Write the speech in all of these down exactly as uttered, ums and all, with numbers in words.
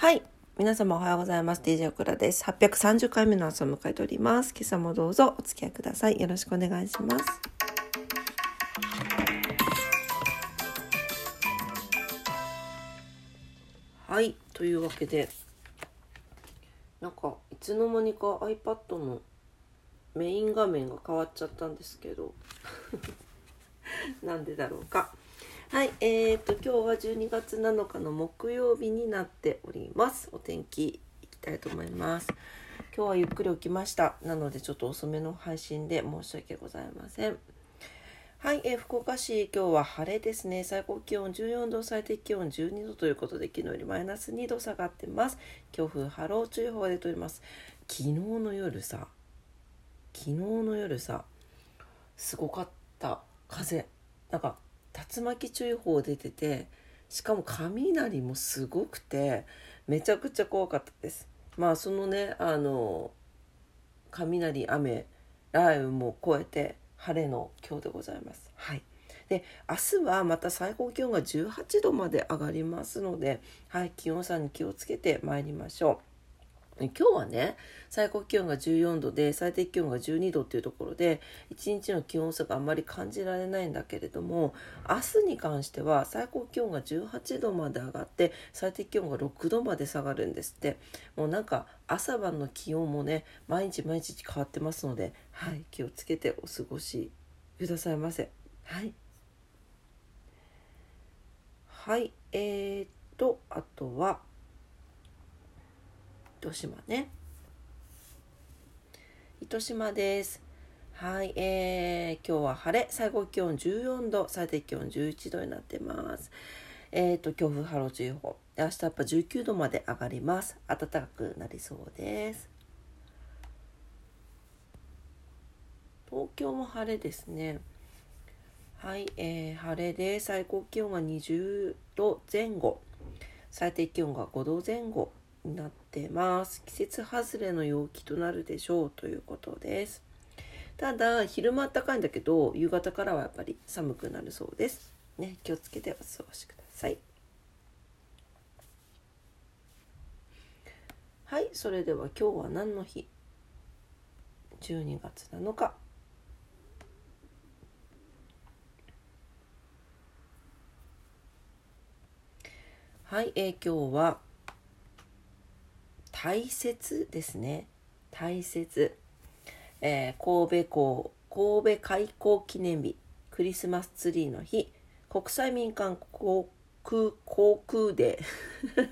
はい。皆様おはようございます。ディージェー オクラです。はっぴゃくさんじゅっかいめの朝を迎えております。今朝もどうぞお付き合いください。よろしくお願いします。はい。というわけで、なんかいつの間にか iPad のメイン画面が変わっちゃったんですけど、なんでだろうか。はい、えーと今日はじゅうにがつなのかの木曜日になっております。お天気いきたいと思います。今日はゆっくり起きました。なのでちょっと遅めの配信で申し訳ございません。はい、えー、福岡市今日は晴れですね。最高気温じゅうよんど、最低気温じゅうにどということで、昨日よりマイナスにど下がってます。強風波浪注意報が出ております。昨日の夜さ昨日の夜さすごかった。風なんか竜巻注意報出てて、しかも雷もすごくてめちゃくちゃ怖かったです。まあそのねあの雷雨雷雨も超えて晴れの今日でございます。はい。で明日はまた最高気温がじゅうはちどまで上がりますので、はい、気温差に気をつけてまいりましょう。今日はね最高気温がじゅうよんどで最低気温がじゅうにどっていうところでいちにちの気温差があんまり感じられないんだけれども、明日に関しては最高気温がじゅうはちどまで上がって最低気温がろくどまで下がるんですって。もうなんか朝晩の気温もね毎日毎日変わってますので、はい、気をつけてお過ごしくださいませ。はいはいえー、っとあとは糸島ね糸島です。はい、えー、今日は晴れ、最高気温じゅうよんど、最低気温じゅういちどになってます。えーと、強風波浪注意報。明日やっぱじゅうきゅうどまで上がります。暖かくなりそうです。東京も晴れですね。はい、えー、晴れで最高気温がにじゅうどぜん後、最低気温がごどぜん後になってます。季節外れの陽気となるでしょうということです。ただ昼間暖かいんだけど夕方からはやっぱり寒くなるそうですね。気をつけてお過ごしください。はい、それでは今日は何の日？じゅうにがつなのか。はい、えー、今日は大雪ですね。大雪、えー、神戸港神戸開港記念日、クリスマスツリーの日、国際民間航空航空デー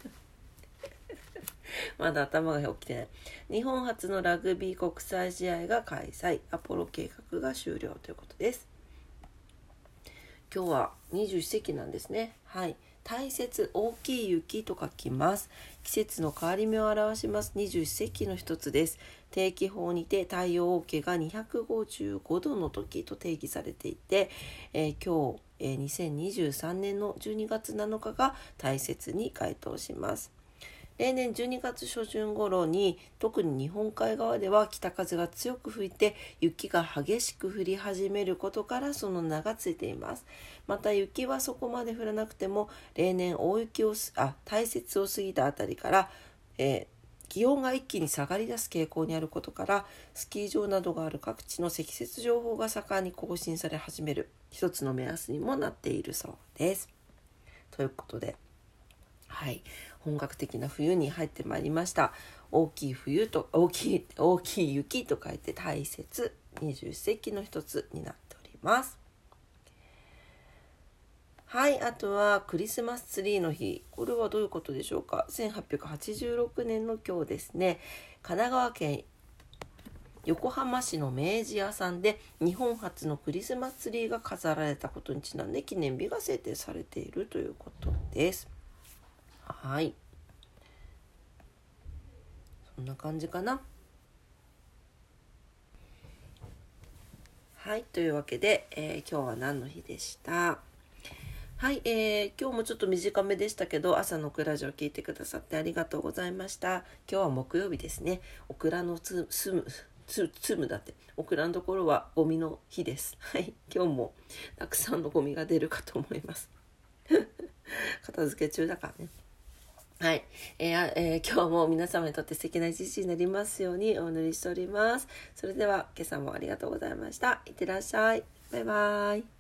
まだ頭が起きてない。日本初のラグビー国際試合が開催、アポロ計画が終了ということです。今日は二十四節気なんですね。はい。大雪、大きい雪と書きます。季節の変わり目を表します二十四節気の一つです。定期法にて太陽桶がにひゃくごじゅうごどの時と定義されていて、えー、今日、えー、にせんにじゅうさんねんのじゅうにがつなのかが大雪に該当します。例年じゅうにがつ初旬頃に特に日本海側では北風が強く吹いて雪が激しく降り始めることからその名がついています。また雪はそこまで降らなくても例年大雪をあ大雪を過ぎたあたりから、えー、気温が一気に下がり出す傾向にあることからスキー場などがある各地の積雪情報が盛んに更新され始める一つの目安にもなっているそうです。ということで、はい、本格的な冬に入ってまいりました。大きい冬と大きい大きい雪と書いて大雪、二十四節気の一つになっております。はい、あとはクリスマスツリーの日。これはどういうことでしょうか。せんはっぴゃくはちじゅうろくねんの今日ですね、神奈川県横浜市の明治屋さんで日本初のクリスマスツリーが飾られたことにちなんで記念日が制定されているということです。はい、そんな感じかな。はい、というわけで、えー、今日は何の日でした。はい、えー、今日もちょっと短めでしたけど朝のオクラジオを聞いてくださってありがとうございました。今日は木曜日ですね。オクラのつつむつつむだってオクラのところはゴミの日です。はい、今日もたくさんのゴミが出るかと思います片付け中だからね。 はい、えーえー、今日も皆様にとって素敵な一日になりますようにお祈りしております。それでは今朝もありがとうございました。いってらっしゃい。バイバイ。